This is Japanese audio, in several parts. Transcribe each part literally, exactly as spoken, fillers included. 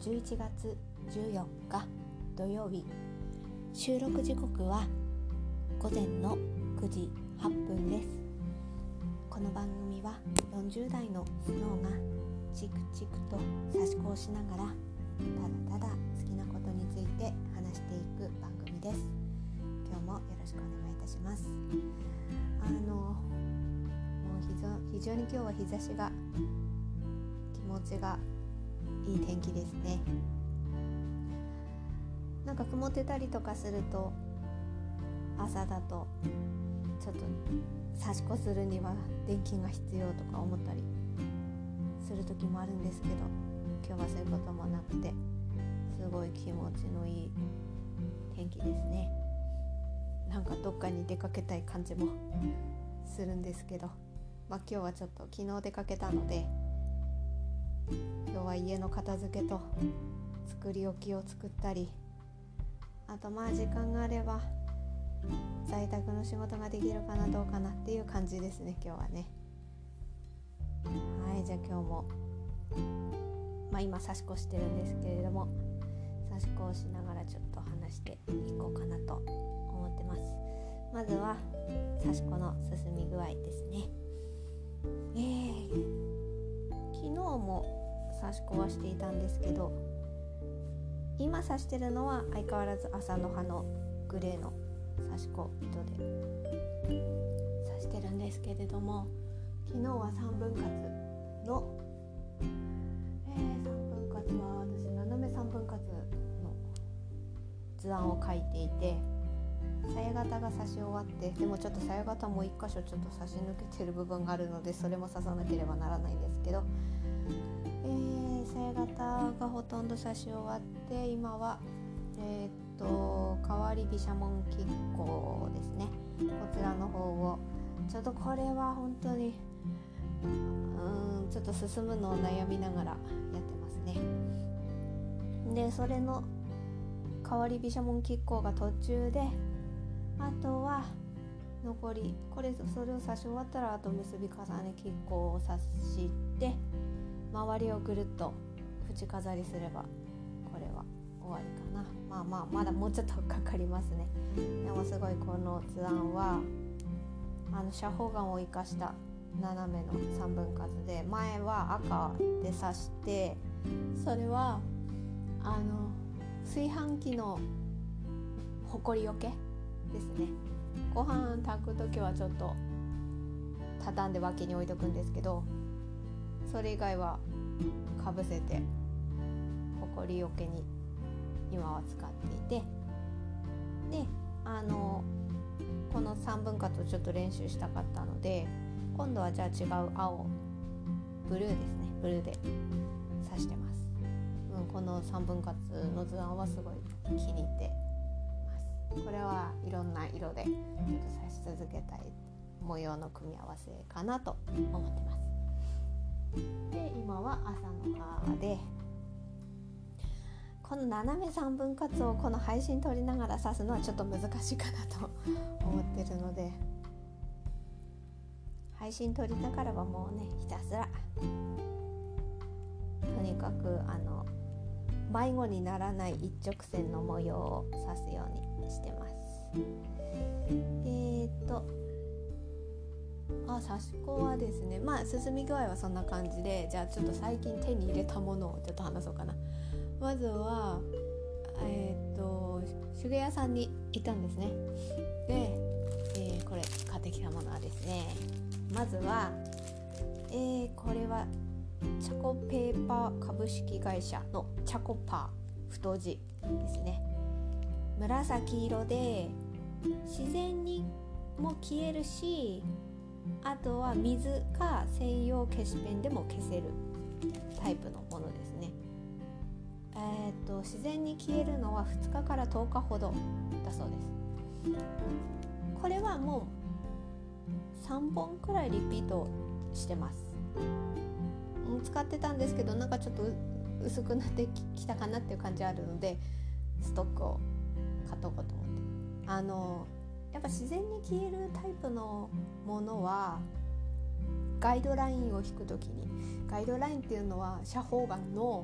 じゅういちがつじゅうよっか土曜日、収録時刻は午前のくじはっぷんです。この番組はよんじゅう代のスノーがチクチクと差し子をしながらただただ好きなことについて話していく番組です。今日もよろしくお願いいたします。あのもう非常、非常に今日は日差しが気持ちがいい天気ですね。なんか曇ってたりとかすると朝だとちょっと差し子するには電気が必要とか思ったりする時もあるんですけど、今日はそういうこともなくてすごい気持ちのいい天気ですね。なんかどっかに出かけたい感じもするんですけど、まあ、今日はちょっと昨日出かけたので、今日は家の片付けと作り置きを作ったり、あとまあ時間があれば在宅の仕事ができるかなどうかなっていう感じですね、今日はね。はい、じゃあ今日もまあ今差し子してるんですけれども、差し子をしながらちょっと話していこうかなと思ってます。まずは差し子の進み具合ですね。えー、昨日も差し子はしていたんですけど、今刺してるのは相変わらず麻の葉のグレーの刺し子糸で刺してるんですけれども、昨日はさんぶん割の、えー、さんぶん割は私斜めさんぶん割の図案を描いていて、さや型が刺し終わって、でもちょっとさや型も一箇所ちょっと刺し抜けてる部分があるので、それも刺さなければならないんですけど、えー、さや型がほとんど刺し終わって、今はえー、っと変わり毘沙門亀甲ですね、こちらの方をちょっとこれは本当にうーんちょっと進むのを悩みながらやってますね。でそれの変わり毘沙門亀甲が途中で、あとは残りこれそれを刺し終わったら、あと結び重ね亀甲を刺して周りをぐるっと縁飾りすればこれは終わりかな。まあまあまだもうちょっとかかりますね。でもすごいこの図案はあの斜方眼を生かした斜めのさんぶん割で、前は赤で刺して、それはあの炊飯器のほこりよけですね。ご飯炊くときはちょっと畳んで脇に置いとくんですけど、それ以外はかぶせてほこりよけに今は使っていて、であのこのさんぶん割をちょっと練習したかったので、今度はじゃあ違う青ブルーですね、ブルーで刺してます。うん、このさんぶん割の図案はすごい気に入ってます。これはいろんな色でちょっと刺し続けたい模様の組み合わせかなと思ってます。で今は朝の葉で、この斜めさんぶん割をこの配信撮りながら刺すのはちょっと難しいかなと思ってるので、配信撮りながらはもうね、ひたすらとにかくあの迷子にならない一直線の模様を刺すようにしてます。えーっとあ刺し子はですね、まあ進み具合はそんな感じで、じゃあちょっと最近手に入れたものをちょっと話そうかな。まずはえー、っと手芸屋さんに行ったんですね。で、えー、これ買ってきたものはですね、まずは、えー、これはチャコペーパー株式会社のチャコパー太字ですね。紫色で自然にも消えるし、あとは水か専用消しペンでも消せるタイプのものですね。えー、と自然に消えるのはふつかからとおかほどだそうです。これはもうさんぼんくらいリピートしてます。使ってたんですけど、なんかちょっと薄くなってきたかなっていう感じあるので、ストックを買っとこうと思って、あのやっぱ自然に消えるタイプのものはガイドラインを引くときに、ガイドラインっていうのは斜方眼の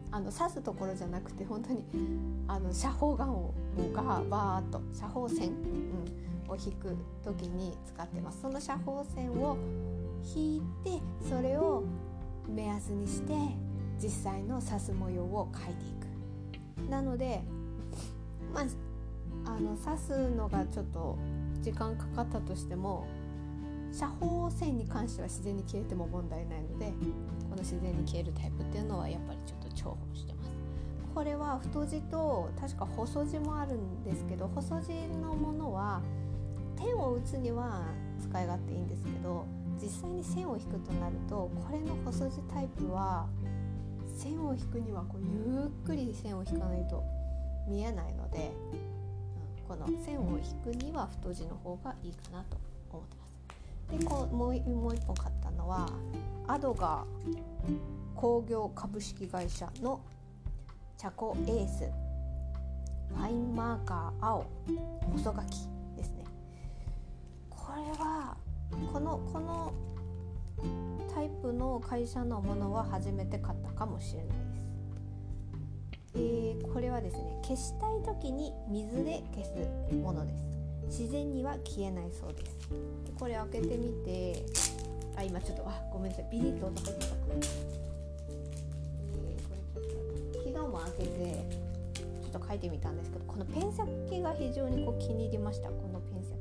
あの刺すところじゃなくて本当にあの射砲丸をがバーッと射砲線、うん、を引く時に使ってます。その射砲線を引いてそれを目安にして実際の刺す模様を描いていく。なので、まあ、あの刺すのがちょっと時間かかったとしても射砲線に関しては自然に消えても問題ないので、この自然に消えるタイプっていうのはやっぱりちょっと重宝してます。これは太字と確か細字もあるんですけど、細字のものは点を打つには使い勝手いいんですけど、実際に線を引くとなるとこれの細字タイプは線を引くにはこうゆっくり線を引かないと見えないので、うん、この線を引くには太字の方がいいかなと思ってます。でこうもう、もう一本買ったのはアドガー工業株式会社のチャコエースファインマーカー青細書きですね。これはこのこのタイプの会社のものは初めて買ったかもしれないです。えー、これはですね、消したい時に水で消すものです。自然には消えないそうです。でこれ開けてみて、あ今ちょっとあごめんなさい、ビリッと音入ってた。えー、これちょっと昨日も開けてちょっと書いてみたんですけど、このペン先が非常にこう気に入りました。このペン先、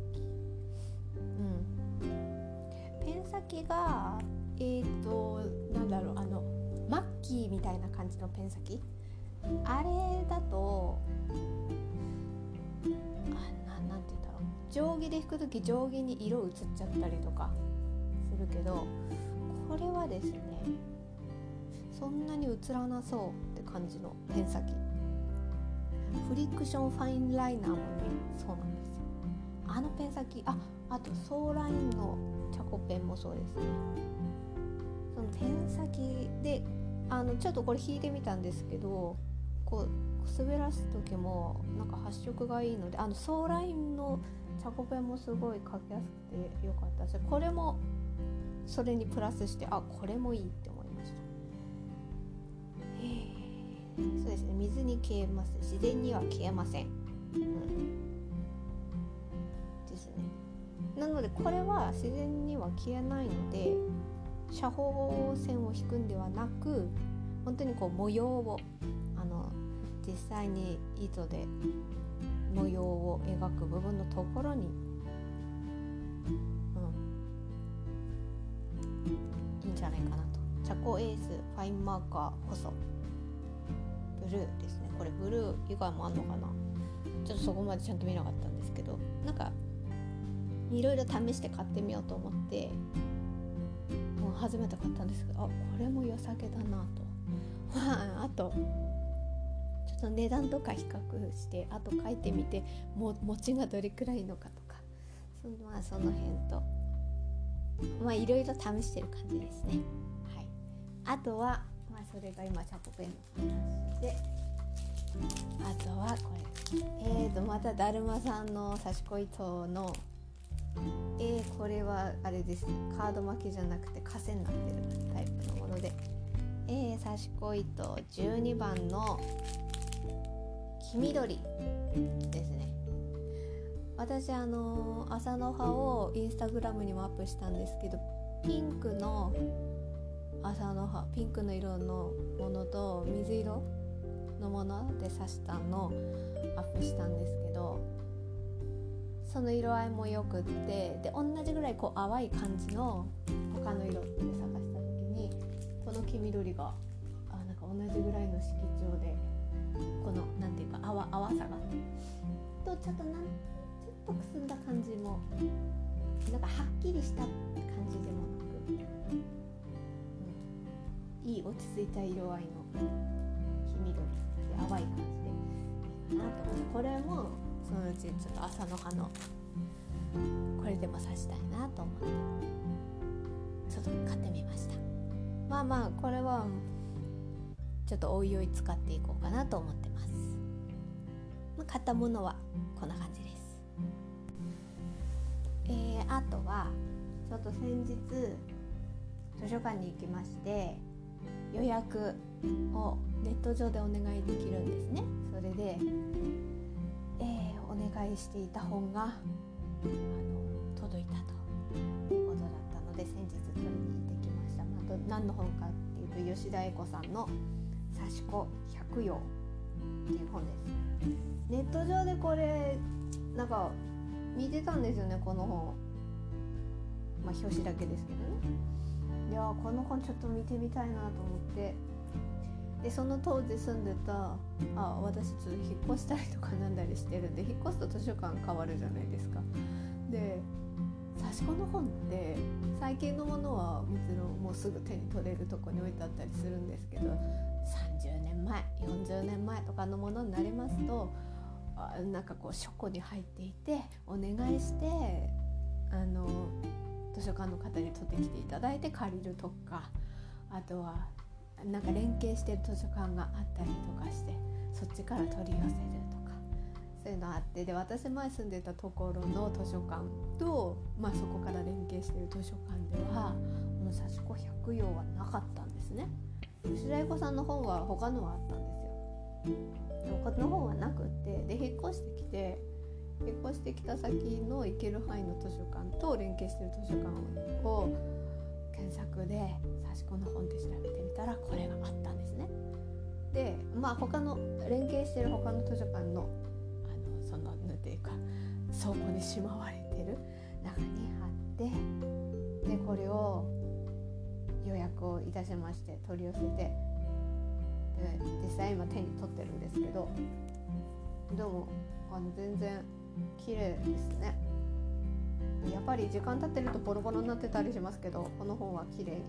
うん、ペン先がえーとなんだろう、あのマッキーみたいな感じのペン先、あれだとあ な, なんて言うんだろう、定規で引くとき定規に色移っちゃったりとかするけど、これはですねそんなに映らなそうって感じのペン先。フリクションファインライナーもねそうなんですよ。あのペン先、ああとソーラインのチャコペンもそうですね。そのペン先であのちょっとこれ引いてみたんですけど、こう滑らす時もなんか発色がいいので、あのソーラインのチャコペンもすごい書きやすくて良かったし、これもそれにプラスしてあこれもいいって思いました。そうですね、水に消えます。自然には消えません、うん、ですね。なのでこれは自然には消えないので、射砲線を引くんではなく、本当にこう模様をあの実際に糸で模様を描く部分のところに、うん、いいんじゃないかなと。チャコエースファインマーカー細ブルーですね。これブルー以外もあんのかな、ちょっとそこまでちゃんと見なかったんですけど、なんかいろいろ試して買ってみようと思ってもう初めて買ったんですけど、あこれも良さげだなとあとちょっと値段とか比較してあと書いてみて、も持ちがどれくらいのかとか、その,、まあ、その辺とまあいろいろ試してる感じですね。はい、あとはまあそれが今チャコペンの話で、あとはこれえーとまただるまさんの刺し子糸のえー、これはあれです、カード巻きじゃなくて枷になってるタイプのもので、えー、刺し子糸じゅうにばんの黄緑ですね。私あの朝の葉をインスタグラムにもアップしたんですけど、ピンクの朝の葉、ピンクの色のものと水色のもので刺したのをアップしたんですけど、その色合いもよくって、で同じぐらいこう淡い感じの他の色って探した時にこの黄緑があなんか同じぐらいの色調で、このなんていうか淡淡さがとちょっとなんちょっとくすんだ感じもなんかはっきりした感じでもなく、うん、いい落ち着いた色合いの黄緑で淡い感じでいいなと思って、これもそのうちちょっと朝の葉のこれでも刺したいなと思ってちょっと買ってみました。まあまあこれはちょっとおいおい使っていこうかなと思ってます。まあ、買ったものはこんな感じです。えー、あとはちょっと先日図書館に行きまして予約をネット上でお願いできるんですね。それで、えー、お願いしていた本があの届いたということだったので、先日取りに行ってきました。まあ、何の本かっていうと、吉田栄子さんの刺し子百葉っていう本です。ネット上でこれなんか見てたんですよね、この本。まあ表紙だけですけどね。いやこの本ちょっと見てみたいなと思って、でその当時住んでたあ私ちょっと引っ越したりとかなんだりしてるんで、引っ越すと図書館変わるじゃないですか。で刺し子の本って最近のものはもちろんもうすぐ手に取れるとこに置いてあったりするんですけど、さんじゅうねんまえよんじゅうねんまえとかのものになりますと、あなんかこう書庫に入っていてお願いしてあの図書館の方に取ってきていただいて借りるとか、あとはなんか連携してる図書館があったりとかしてそっちから取り寄せるとか、そういうのあって、で私前住んでたところの図書館と、まあ、そこから連携してる図書館ではもう刺し子百葉はなかったんですね。吉田栄子さんの本は他のはあったんですよ。でもこの本はなくって、で引っ越してきて引っ越してきた先の行ける範囲の図書館と連携している図書館を検索で刺し子の本って調べてみたらこれがあったんですね。で、まあ他の連携している他の図書館のあのそのなんていうか倉庫にしまわれてる中にあって、でこれを予約をいたしまして取り寄せて、で実際今手に取ってるんですけど、でもあの全然綺麗ですね。やっぱり時間経ってるとボロボロになってたりしますけど、この本は綺麗に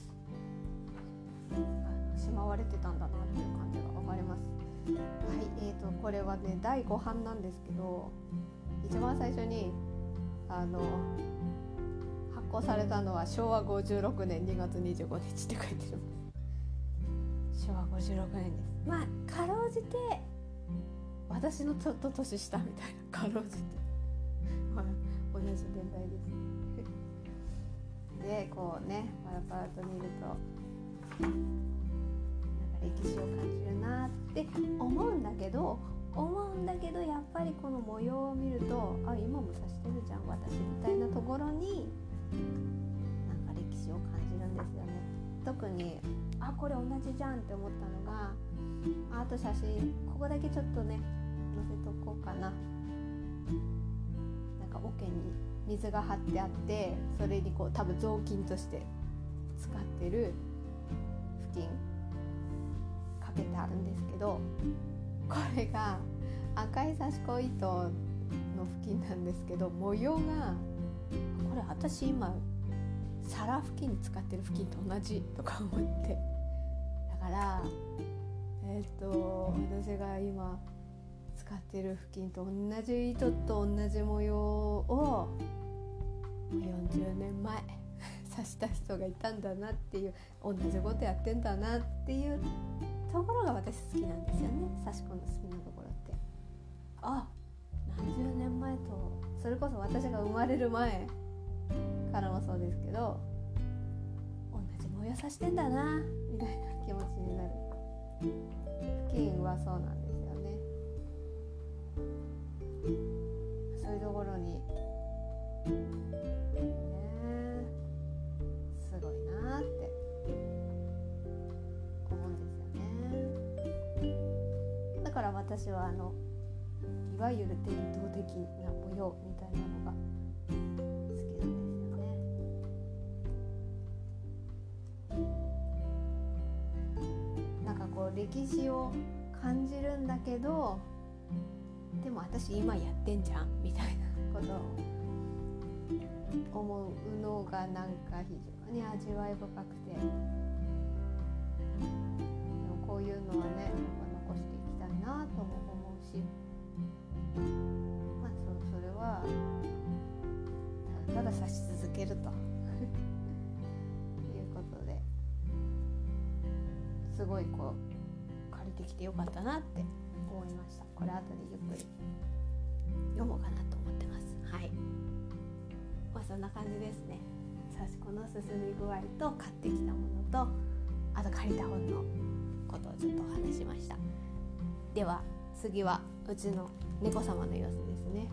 あのしまわれてたんだなっていう感じがわかります。はい、えーとこれはねだいご版なんですけど、一番最初にあの発行されたのはしょうわごじゅうろくねんにがつにじゅうごにちって書いてる。しょうわごじゅうろくねんです。まあかろうじて私のちょっと年下みたいな、かろうじて、まあ、同じ年代ですでこうねパラパラと見るとなんか歴史を感じるなって思うんだけど思うんだけどやっぱりこの模様を見ると、あ今も指してるじゃん私みたいなところになんか歴史を感じるんですよね。特にあこれ同じじゃんって思ったのが、あと写真ここだけちょっとね載せとこうかな。なんか桶に水が張ってあって、それにこう多分雑巾として使ってる布巾かけてあるんですけど、これが赤い刺し子糸の布巾なんですけど、模様がこれ私今皿布巾に使ってる布巾と同じとか思って、だからえっと私が今使ってる布巾と同じ糸と同じ模様をもうよんじゅうねんまえ刺した人がいたんだなっていう、同じことやってんだなっていうところが私好きなんですよね。刺し子の好きなところって、あ何十年前と、それこそ私が生まれる前からもそうですけど、同じ模様刺してんだなみたいな気持ちになる。布巾はそうなんですよね。そういうところにねすごいなって思うんですよね。だから私はあのいわゆる伝統的な模様みたいなのが好きなんですよね。なんかこう歴史を感じるんだけど、でも私今やってんじゃんみたいなことを思うのがなんか非常に味わい深くて、でもこういうのはね残していきたいなとも思うし、まあ そ, それはただただ刺し続けるということですごいこう借りてきてよかったなって思いました。これ後でゆっくり読もうかなと思ってます。はい、まあそんな感じですね。刺し子の進み具合と買ってきたものと、あと借りた本のことをちょっと話しました。では次はうちの猫様の様子ですね。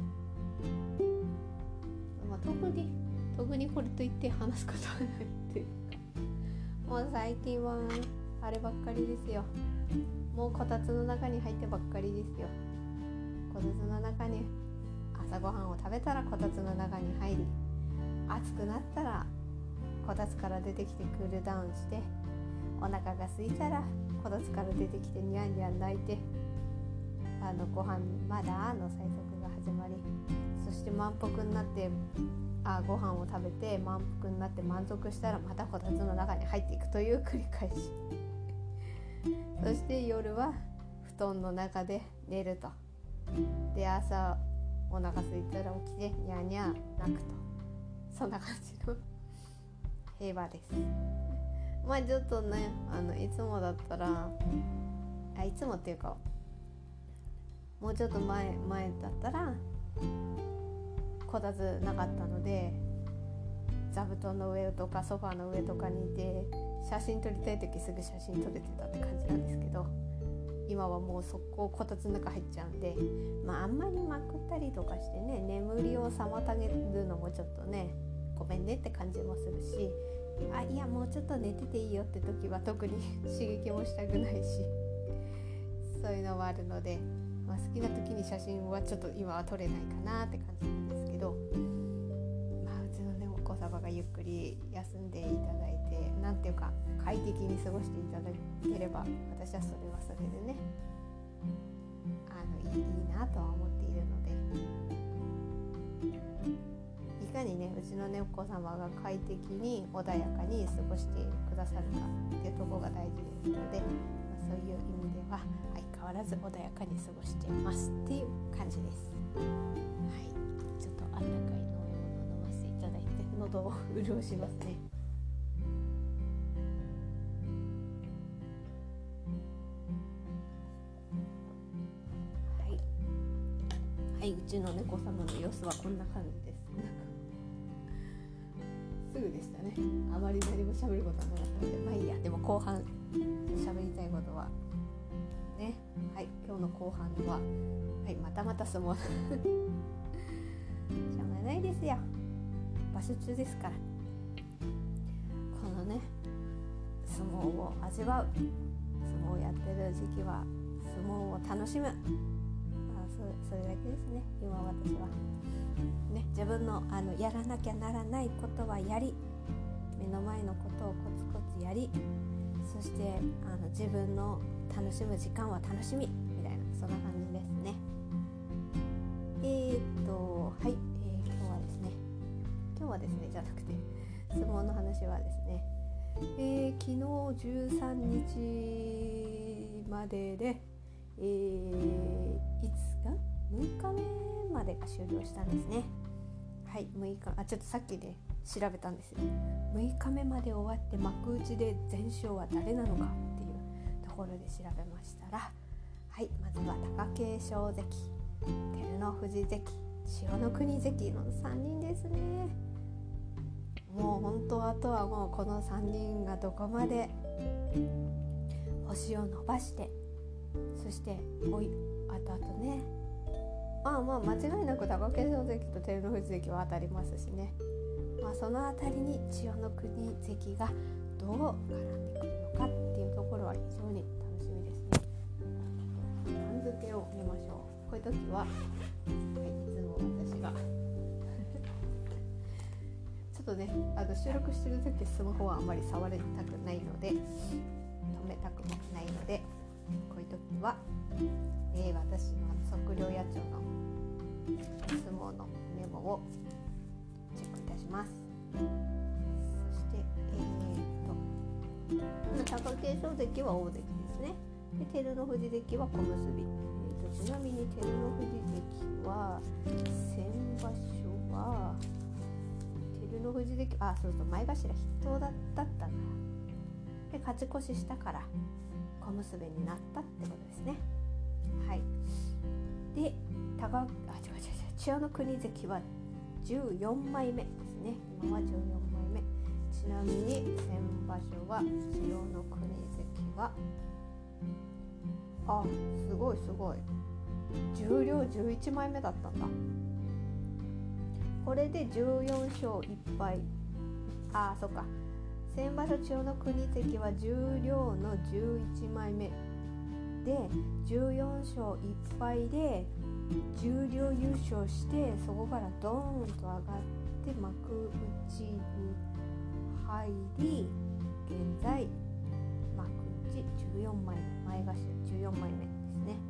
まあ、特に特にこれといって話すことはないっていうか、もう最近はあればっかりですよ。もうこたつの中に入ってばっかりですよ。こたつの中に朝ごはんを食べたらこたつの中に入り、暑くなったらこたつから出てきてクールダウンして、お腹が空いたらこたつから出てきてニャンニャン泣いて、あのご飯まだの最速が始まり、そして満腹になってあご飯を食べて満腹になって満足したらまたこたつの中に入っていくという繰り返しそして夜は布団の中で寝ると。で朝お腹空いたら起きてニャーニャー泣くと。そんな感じの平和です。まあちょっとね、あのいつもだったらあいつもっていうかもうちょっと前前だったらこたつなかったので、座布団の上とかソファーの上とかにいて写真撮りたい時すぐ写真撮れてたって感じなんですけど、今はもう速攻こたつの中入っちゃうんで、まああんまりまくったりとかしてね、眠りを妨げるのもちょっとねごめんねって感じもするし、あいやもうちょっと寝てていいよって時は特に刺激もしたくないし、そういうのもあるので、まあ、好きな時に写真はちょっと今は撮れないかなって感じなんですけど、まあうちのねお子様がゆっくり休んでいただいて、なんていうか快適に過ごしていただければ、私はそれはそれでねあのいい、いいなとは思っているので、いかにねうちのねお子様が快適に穏やかに過ごしてくださるかっていうところが大事ですので、まあ、そういう意味では相変わらず穏やかに過ごしていますっていう感じです。はい、ちょっとあったかい飲み物を飲ませていただいて喉を潤しますね。はいはい、うちの猫様の様子はこんな感じです。すぐでしたね。あまり何も喋ることはなかったので、まあいいや。でも後半喋りたいことはね、はい、今日の後半は、はい、またまた相撲しょうがないですよ。場所中ですから。このね、相撲を味わう、相撲をやってる時期は相撲を楽しむ。あ、そ, それだけですね。今私は。ね、自分の、あのやらなきゃならないことはやり、目の前のことをコツコツやり、そしてあの自分の楽しむ時間は楽しみみたいな、そんな感じですね。えーっとはい、えー、今日はですね今日はですねじゃなくて相撲の話はですね、えー、昨日じゅうさんにちまでで、えー、いつかむいかめまでが終了したんですね。はい、むいか、あ、ちょっとさっきね調べたんですよ。むいかめまで終わって幕内で全勝は誰なのかっていうところで調べましたら、はい、まずは貴景勝関、照ノ富士関、千代の国関のさんにんですね。もう本当あとはもうこのさんにんがどこまで星を伸ばして、そしておいあとあとね、まあまあ間違いなく貴景勝関と照ノ富士関は当たりますしね、まあ、そのあたりに千代の国関がどう絡んでくるのかっていうところは非常に楽しみですね。番付を見ましょう。こういう時は、はい、いつも私がちょっとねあの収録してる時スマホはあんまり触りたくないので、止めたくもないので、こういう時は、えー、私の測量野鳥の相撲のメモをチェックいたします。そしてえー、っと貴景勝関は大関ですね。で照ノ富士関は小結、えー、っとちなみに照ノ富士関は先場所は照ノ富士関、あ、そうそう、前頭筆頭だったんだな。で勝ち越ししたから小結になったってことですね。はい。で高あ違う違う違う千代の国関はじゅうよんまいめですね。今はじゅうよんまいめ。ちなみに先場所は千代の国関はあ、すごいすごい。十両じゅういちまいめだったんだ。これでじゅうよんしょういっぱい。あ、そっか。先場所千代の国関は十両のじゅういちまいめでじゅうよんしょういっぱいで十両優勝して、そこからドーンと上がって幕内に入り、現在幕内じゅうよんまいめ、前頭じゅうよんまいめですね。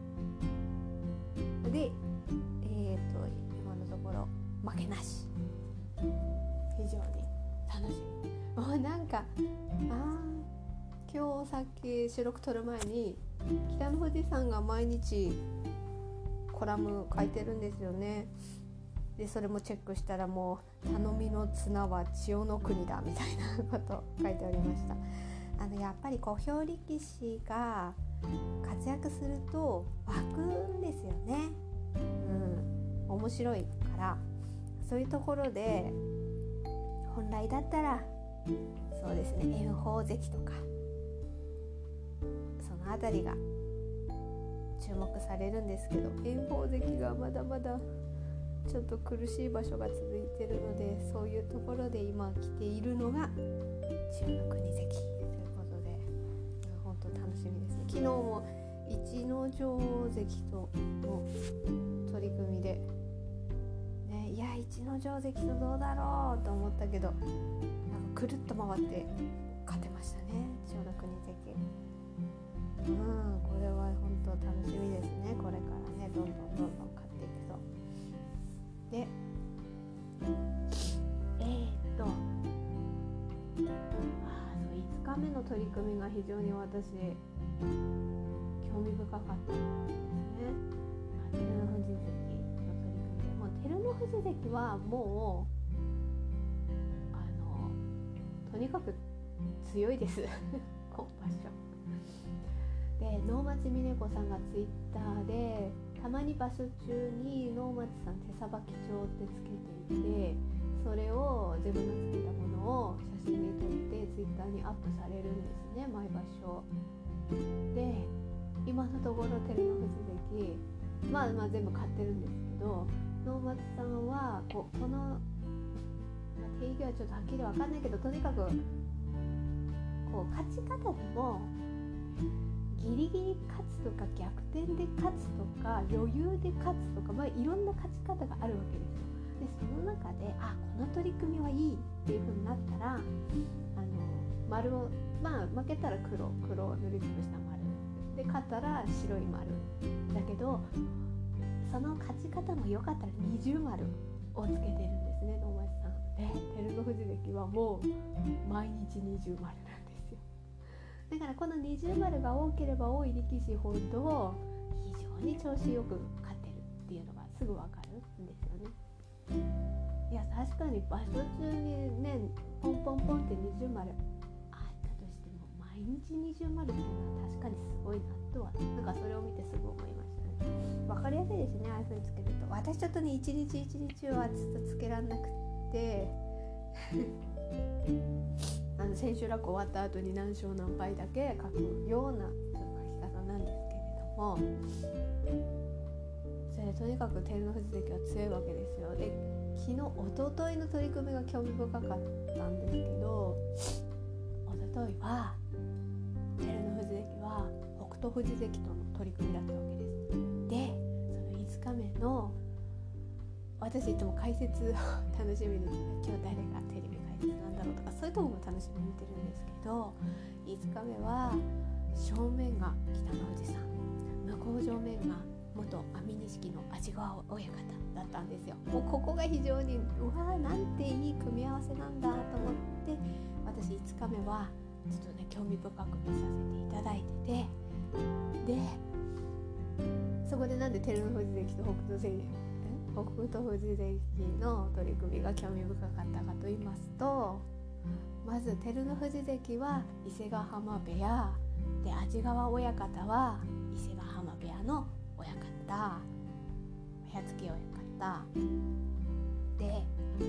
で、えーと今のところ負けなし。非常に楽しみ。もうなんかあ今日さっき収録撮る前に北の富士さんが毎日コラム書いてるんですよね。でそれもチェックしたら、もう頼みの綱は千代の国だみたいなこと書いておりました。あのやっぱり小兵力士が活躍すると湧くんですよね。うん、面白いから。そういうところで本来だったらそうですね、炎鵬関とかそのあたりが注目されるんですけど、炎鵬関がまだまだちょっと苦しい場所が続いているので、そういうところで今来ているのが千代の国関ということで、本当楽しみですね。昨日も逸ノ城関との取り組みで、ね、いや逸ノ城関とどうだろうと思ったけど、なんかくるっと回って勝てましたね、千代の国関。うん、これは本当楽しみですね。これからね、どんどんどんどん勝っていくと。で、えー、っとあそういつかめの取り組みが非常に私興味深かったんですね。照ノ富士関の取り組みで、もう照ノ富士関はもうあのとにかく強いです今場所で、能町みね子さんがツイッターでたまに場所中に能町さん手さばき帳ってつけていて、それを自分のつけたものを写真に撮ってツイッターにアップされるんですね、毎場所で。今のところ照ノ富士関、まあまあ全部買ってるんですけど、能町さんはここの、まあ、定義はちょっとはっきりわかんないけど、とにかくこう勝ち方でもギリギリ勝つとか逆転で勝つとか余裕で勝つとか、まあ、いろんな勝ち方があるわけですよ。でその中であこの取り組みはいいっていう風になったら、あの丸を、まあ負けたら黒黒を塗りつぶした丸で、勝ったら白い丸だけど、その勝ち方も良かったら二重丸をつけてるんですね、能町さんで。照ノ富士関はもう毎日二重丸なんですよ。だからこの二重丸が多ければ多い力士ほど非常に調子よく勝ってるっていうのがすぐ分かるんですよね。いや確かに場所中にねポンポンポンって二重丸あったとしても、毎日二重丸っていうのは確かにすごいなとは、なんかそれを見てすぐ思いましたね。分かりやすいですね、ああいう風につけると。私ちょっとね一日一日はちょっとつけらんなくってあの千秋楽終わった後に何勝何敗だけ書くような書き方なんですけれども、それとにかく照ノ富士関は強いわけですよ。で昨日一昨日の取り組みが興味深かったんですけど、一昨日は照ノ富士関は北勝富士関との取り組みだったわけです。でそのいつかめの、私いつも解説を楽しみに、今日誰がテレビ解説なんだろうとか、そういうところも楽しみに見てるんですけど、いつかめは正面が北の富士さん、向こう正面が元安美錦の安治川親方だったんですよ。もうここが非常にうわーなんていい組み合わせなんだと思って、私いつかめはちょっとね興味深く見させていただいてて、でそこでなんで照ノ富士関と北勝関北勝富士関の取り組みが興味深かったかと言いますと、まず照ノ富士関は伊勢ヶ浜部屋で、安治川親方は伊勢ヶ浜部屋の親方、部屋付き親方で、あのなんて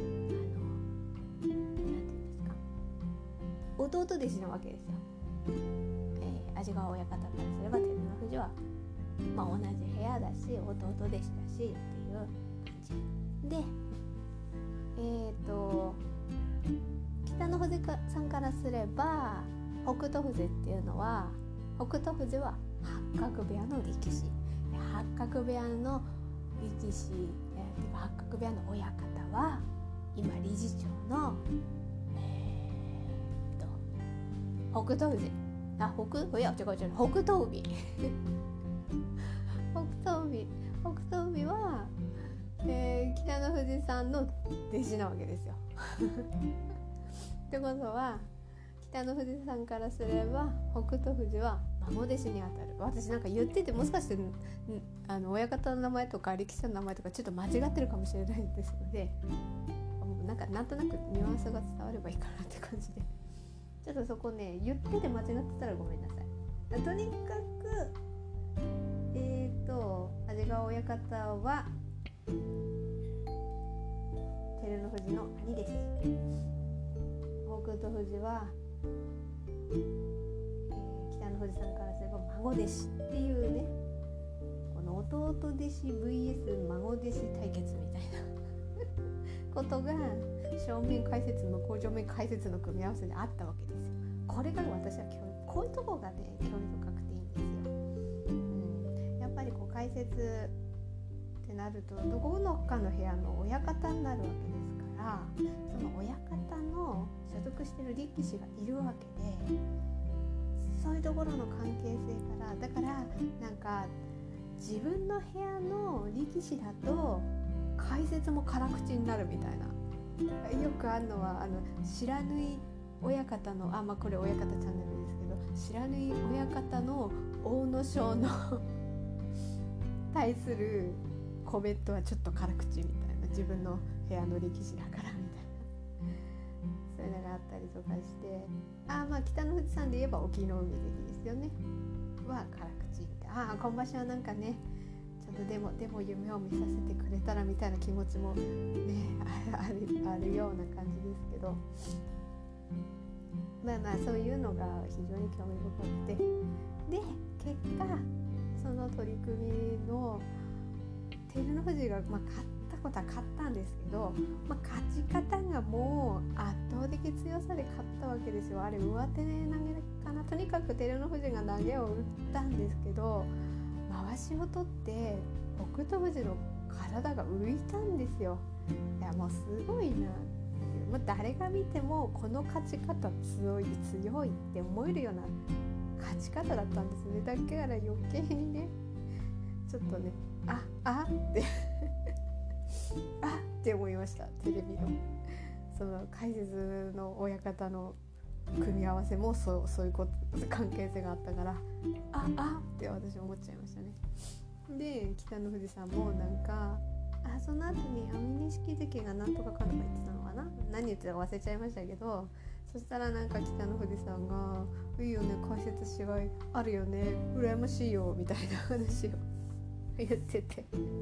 いうんですか、弟弟子なわけですよ。えー、 安治川親方からすれば照ノ富士は、まあ、同じ部屋だし弟弟子だしっていう感じで、えーと北の富士さんからすれば北勝富士っていうのは北勝富士は八角部屋の力士、八角部屋の力士、えー、てか八角部屋の親方は今理事長の、えー、と北勝富士あ北いや違う違う北東海北東海北東海は、えー、北の富士さんの弟子なわけですよってことは北の富士さんからすれば北斗富士は孫弟子にあたる。私なんか言っててもしかしてあの親方の名前とか力士の名前とかちょっと間違ってるかもしれないですので、なんかなんとなくニュアンスが伝わればいいかなって感じで、ちょっとそこね言ってて間違ってたらごめんなさい。とにかくえーと安治川親方は照ノ富士の兄です。北斗富士は、えー、北の富士さんからすれば孫弟子っていうね、この弟弟子 ブイエス 孫弟子対決みたいなことが正面解説向こう正面解説の組み合わせであったわけですよ。これが私は興味、こういうところがね興味深くていいんですよ、うん、やっぱりこう解説ってなるとどこのかの部屋の親方になるわけですから、その親方の所属している力士がいるわけで、そういうところの関係性からだからなんか自分の部屋の力士だと解説も辛口になるみたいな、よくあるのはあの知らぬい親方のあまあこれ親方チャンネルですけど、知らぬい親方の阿武咲の対するコメントはちょっと辛口みたいな、自分の部屋の力士だからみたいな、そういうのがあったりとかして、あまあ北の富士さんで言えば隠岐の海関ですよねは辛口みたいな、あ今場所はなんかねちょっとでもでも夢を見させてくれたらみたいな気持ちもねある、あるような感じですけど、まあまあそういうのが非常に興味深くて、で結果その取り組みの照ノ富士が、まあ、勝ったことは勝ったんですけど、まあ、勝ち方がもう圧倒的強さで勝ったわけですよ。あれ上手投げかな、とにかく照ノ富士が投げを打ったんですけど、回しを取って北勝富士の体が浮いたんですよ。いやもうすごいなっていう、まあ、誰が見てもこの勝ち方強い強いって思えるような勝ち方だったんですね。だから余計にねちょっとねああってあって思いました。テレビのその解説の親方の組み合わせもそう、そういうこと関係性があったからああって私思っちゃいましたね。で北の富士さんもなんかあその後に安美錦関がなんとかかんとか言ってたのかな、何言ってたか忘れちゃいましたけど、そしたらなんか北の富士さんがいいよね解説しがいあるよね羨ましいよみたいな話を言ってて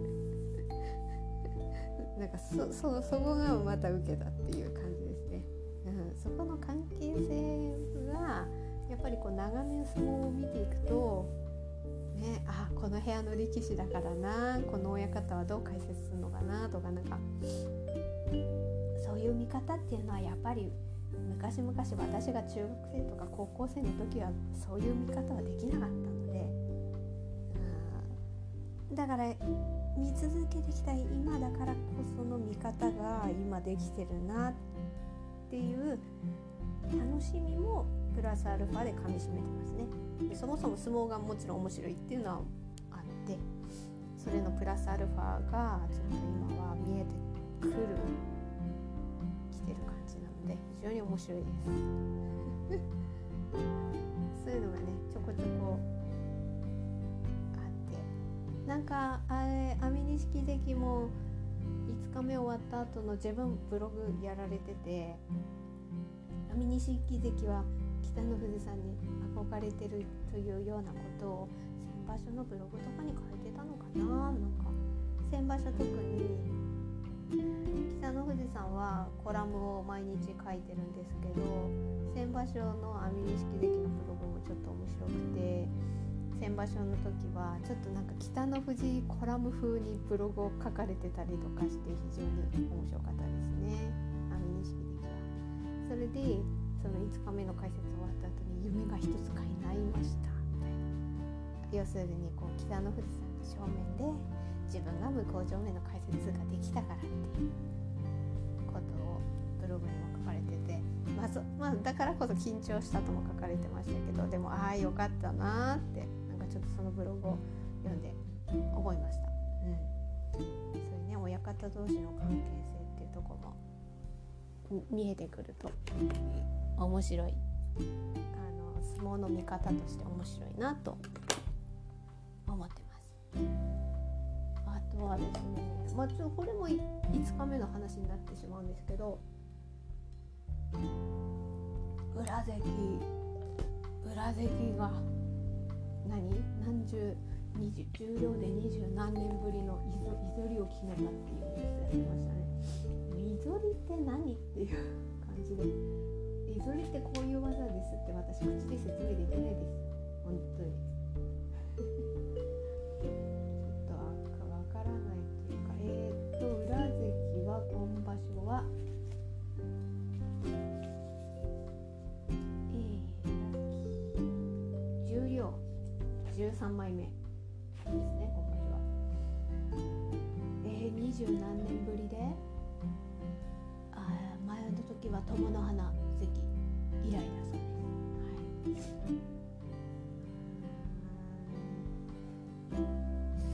なんか そ, そ, そこがまた受けたっていう感じですね、うん、そこの関係性がやっぱりこう長年相撲を見ていくとね、あこの部屋の力士だからな、この親方はどう解説するのかなとか、なんかそういう見方っていうのはやっぱり昔々私が中学生とか高校生の時はそういう見方はできなかったので、うん、だから見続けてきた今だからこその見方が今できてるなっていう楽しみもプラスアルファで噛み締めてますね。そもそも相撲がもちろん面白いっていうのはあって、それのプラスアルファがちょっと今は見えてくるきてる感じなので非常に面白いですそういうのがねちょこちょこあって、なんかあれ安美錦関もいつかめ終わった後の自分ブログやられてて、安美錦関は北の富士さんに憧れてるというようなことを先場所のブログとかに書いてたのかな。なんか先場所特に北のの富士山はコラムを毎日書いてるんですけど、先場所の安美錦関のブログもちょっと面白くて、先場所の時はちょっとなんか北の富士コラム風にブログを書かれてたりとかして非常に面白かったですね、安美錦関は。それでそのいつかめの解説終わった後に夢が一つ叶いましたみたいな、要するにこう北の富士山の正面で自分が向こう正面の解説ができたからっていうことをブログにも書かれてて、まあそまあ、だからこそ緊張したとも書かれてましたけど、でもああよかったなってなんかちょっとそのブログを読んで思いました。うん、そういうね親方同士の関係性っていうところも見えてくると面白い、あの相撲の見方として面白いなと思ってます。あとはですね、まあ、ちょっとこれもいつかめの話になってしまうんですけど、裏関裏関が何何十二十十両で二十何年ぶりのいぞりを決めたっていうニュースやってましたね。いぞりって何っていう感じで、いぞりってこういう技ですって私口で説明できないです、本当にちょっとわからないっていうか、えーっと裏関は今場所はじゅうさんまいめですね、今場所は。えー、二十何年ぶりで、あ前の時は友の花関以来だそうです。はい、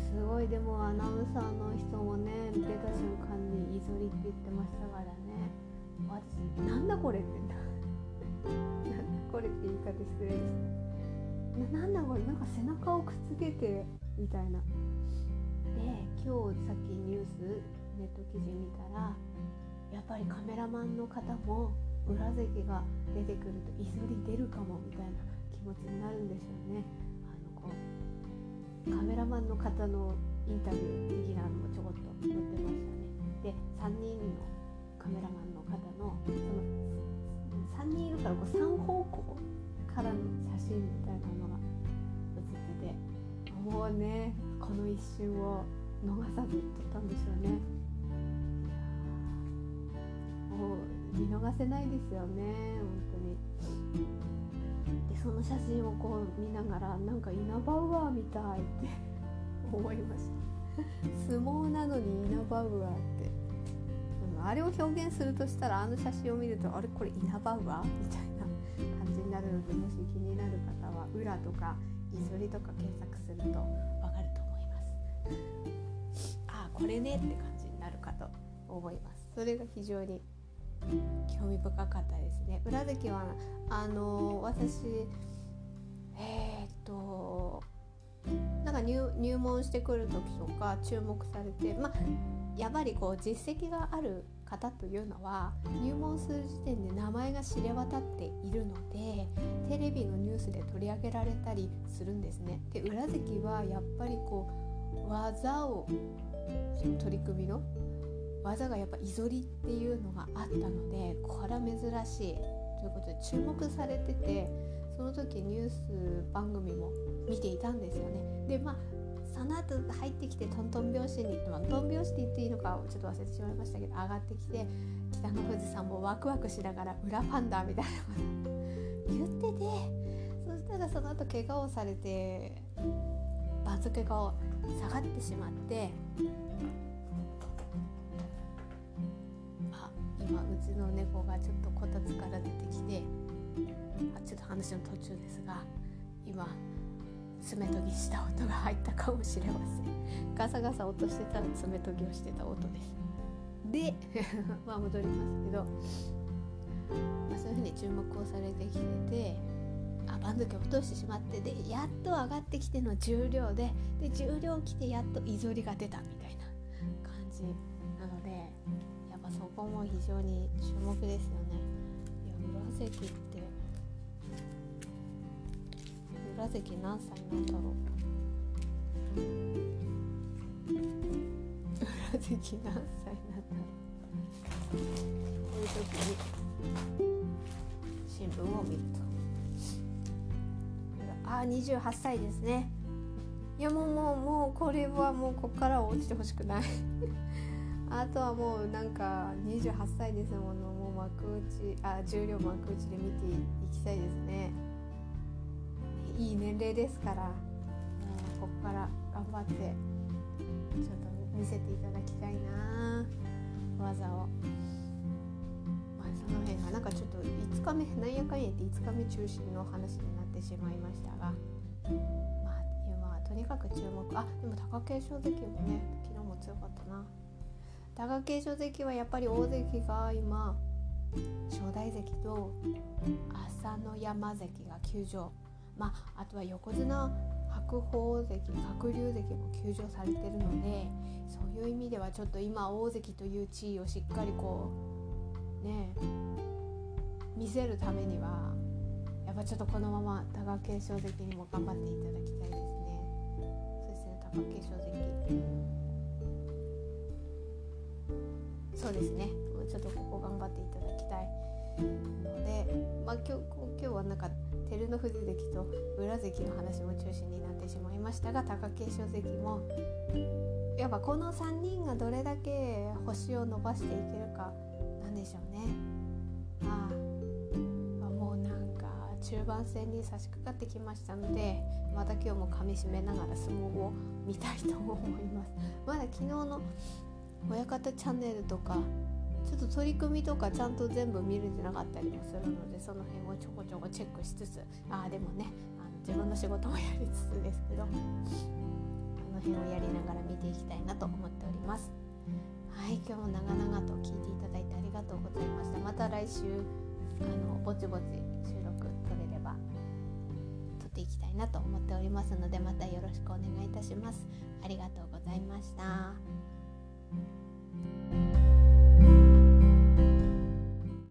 すごい。でもアナウンサーの人もね、出た瞬間にいぞりって言ってましたからね。私なんだこれってなんだこれって言い方失礼ですね。な, なんだこれなんか背中をくっつけてみたいな。で今日さっきニュースネット記事見たら、やっぱりカメラマンの方も裏関が出てくるといぞり出るかもみたいな気持ちになるんでしょうね。あのこうカメラマンの方のインタビュー的なのもちょこっと載ってましたね。でさんにんのカメラマンの方のそのさんにんいるからこうさん方向からの写真みたいなのが写ってて、もうねこの一瞬を逃さず撮ったんでしょうね。もう見逃せないですよね、本当に。でその写真をこう見ながら、なんかイナバウアーみたいって思いました。相撲なのにイナバウアーって、あれを表現するとしたら、あの写真を見ると、あれこれイナバウアーみたいな感じになるので、もし気になる方は裏とかいぞりとか検索するとわかると思います。ああこれねって感じになるかと思います。それが非常に興味深かったですね。裏関はあの私えー、っとなんか 入, 入門してくる時とか注目されて、まあやっぱりこう実績がある方というのは入門する時点で名前が知れ渡っているので、テレビのニュースで取り上げられたりするんですね。で裏関はやっぱりこう技を、その取り組みの技がやっぱいぞりっていうのがあったので、これは珍しいということで注目されてて、その時ニュース番組も見ていたんですよね。でまあその後入ってきてトントン拍子に、まあ、トン拍子って言っていいのかちょっと忘れてしまいましたけど、上がってきて北の富士さんもワクワクしながら裏ファンだみたいなこと言ってて、そしたらその後怪我をされて番付が下がってしまって、あ今うちの猫がちょっとこたつから出てきて、あちょっと話の途中ですが、今爪研ぎした音が入ったかもしれません。ガサガサ音してたら爪研ぎをしてた音です。でまあ戻りますけど、まあ、そういうふうに注目をされてきてて、あ番付を落としてしまって、でやっと上がってきての十両で、で十両来てやっといぞりが出たみたいな感じなので、やっぱそこも非常に注目ですよね。いや裏関って裏関何歳なんだろう裏関何歳なんだろ時に新聞を見ると、ああにじゅうはっさいですね。いやもうもうもうこれはもうここからは落ちてほしくないあとはもうなんかにじゅうはっさいですもの、もう幕内あ重量幕内で見ていきたいですね。いい年齢ですから、もうここから頑張ってちょっと見せていただきたいな技を。まあその辺がなんかちょっといつかめなんやかんやっていつかめ中心の話になってしまいましたが、まあ今はとにかく注目。あでも貴景勝関もね昨日も強かったな。貴景勝関はやっぱり大関が今正代関と朝乃山関が休場、まああとは横綱白鵬関鶴竜関も休場されてるので、そういう意味ではちょっと今大関という地位をしっかりこうね見せるためにはやっぱちょっとこのまま貴景勝関にも頑張っていただきたいですね。そうですね、貴景勝関そうですね、ちょっとここ頑張っていただきたいので、まあ、今日、今日はなんか照ノ富士関と宇良関の話も中心になってしまいましたが、貴景勝関もやっぱこのさんにんがどれだけ星を伸ばしていけるかなんでしょうね。ああもうなんか中盤戦に差し掛かってきましたので、また今日も噛み締めながら相撲を見たいと思います。まだ昨日の親方チャンネルとかちょっと取り組みとかちゃんと全部見れてなかったりもするので、その辺をちょこちょこチェックしつつ、あでもねあの自分の仕事もやりつつですけど、あの辺をやりながら見ていきたいなと思っております。はい、今日も長々と聞いていただいてありがとうございました。また来週あのぼちぼち収録撮れれば撮っていきたいなと思っておりますので、またよろしくお願いいたします。ありがとうございました。